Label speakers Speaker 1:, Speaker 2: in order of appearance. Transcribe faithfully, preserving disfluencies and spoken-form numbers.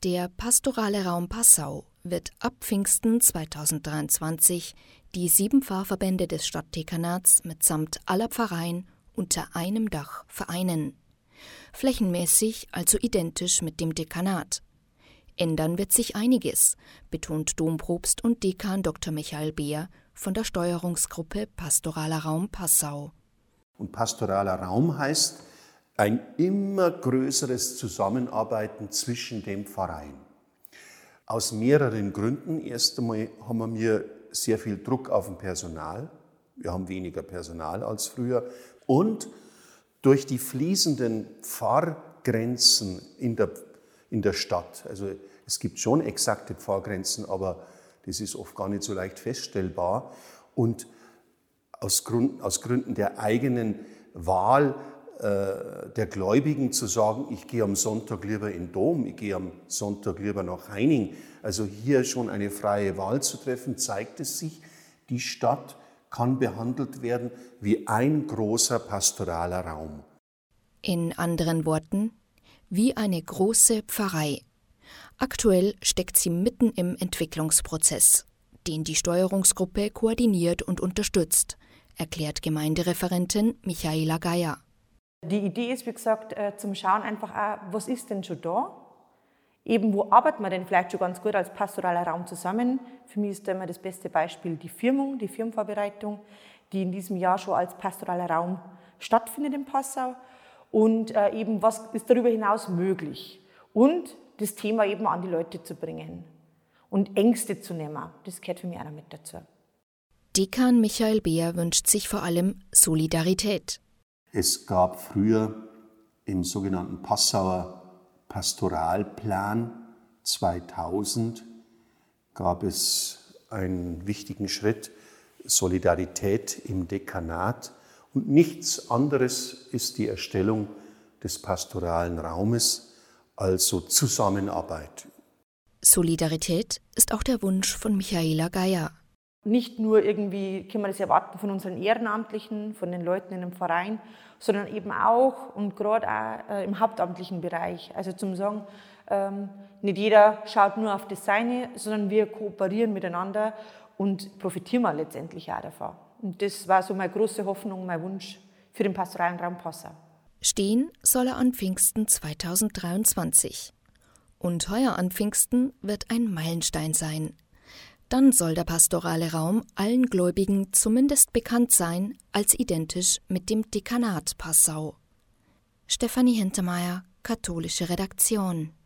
Speaker 1: Der pastorale Raum Passau wird ab Pfingsten zweitausenddreiundzwanzig die sieben Pfarrverbände des Stadtdekanats mitsamt aller Pfarreien unter einem Dach vereinen. Flächenmäßig also identisch mit dem Dekanat. Ändern wird sich einiges, betont Dompropst und Dekan Doktor Michael Beer von der Steuerungsgruppe Pastoraler Raum Passau.
Speaker 2: Und pastoraler Raum heißt ein immer größeres Zusammenarbeiten zwischen den Pfarreien. Aus mehreren Gründen. Erst einmal haben wir sehr viel Druck auf dem Personal. Wir haben weniger Personal als früher. Und durch die fließenden Pfarrgrenzen in der, in der Stadt. Also es gibt schon exakte Pfarrgrenzen, aber das ist oft gar nicht so leicht feststellbar. Und aus, Grund, aus Gründen der eigenen Wahl äh, der Gläubigen zu sagen, ich gehe am Sonntag lieber in den Dom, ich gehe am Sonntag lieber nach Heining. Also hier schon eine freie Wahl zu treffen, zeigt es sich, die Stadt kann behandelt werden wie ein großer pastoraler Raum.
Speaker 1: In anderen Worten, wie eine große Pfarrei. Aktuell steckt sie mitten im Entwicklungsprozess, den die Steuerungsgruppe koordiniert und unterstützt, erklärt Gemeindereferentin Michaela Geier.
Speaker 3: Die Idee ist, wie gesagt, zum Schauen einfach auch, was ist denn schon da? Eben, wo arbeitet man denn vielleicht schon ganz gut als pastoraler Raum zusammen? Für mich ist da immer das beste Beispiel die Firmung, die Firmenvorbereitung, die in diesem Jahr schon als pastoraler Raum stattfindet in Passau. Und äh, eben, was ist darüber hinaus möglich? Und das Thema eben an die Leute zu bringen und Ängste zu nehmen, das gehört für mich auch noch mit dazu.
Speaker 1: Dekan Michael Beer wünscht sich vor allem Solidarität.
Speaker 2: Es gab früher im sogenannten Passauer Pastoralplan zweitausend gab es einen wichtigen Schritt, Solidarität im Dekanat. Und nichts anderes ist die Erstellung des pastoralen Raumes, also Zusammenarbeit.
Speaker 1: Solidarität ist auch der Wunsch von Michaela Geier.
Speaker 3: Nicht nur irgendwie können wir das erwarten von unseren Ehrenamtlichen, von den Leuten in dem Verein, sondern eben auch und gerade auch äh, im hauptamtlichen Bereich. Also zum sagen, ähm, nicht jeder schaut nur auf das Seine, sondern wir kooperieren miteinander und profitieren wir letztendlich auch davon. Und das war so meine große Hoffnung, mein Wunsch für den pastoralen Raum Passau.
Speaker 1: Stehen soll er an Pfingsten zweitausenddreiundzwanzig. Und heuer an Pfingsten wird ein Meilenstein sein. Dann soll der pastorale Raum allen Gläubigen zumindest bekannt sein als identisch mit dem Dekanat Passau. Stefanie Hintermeier, katholische Redaktion.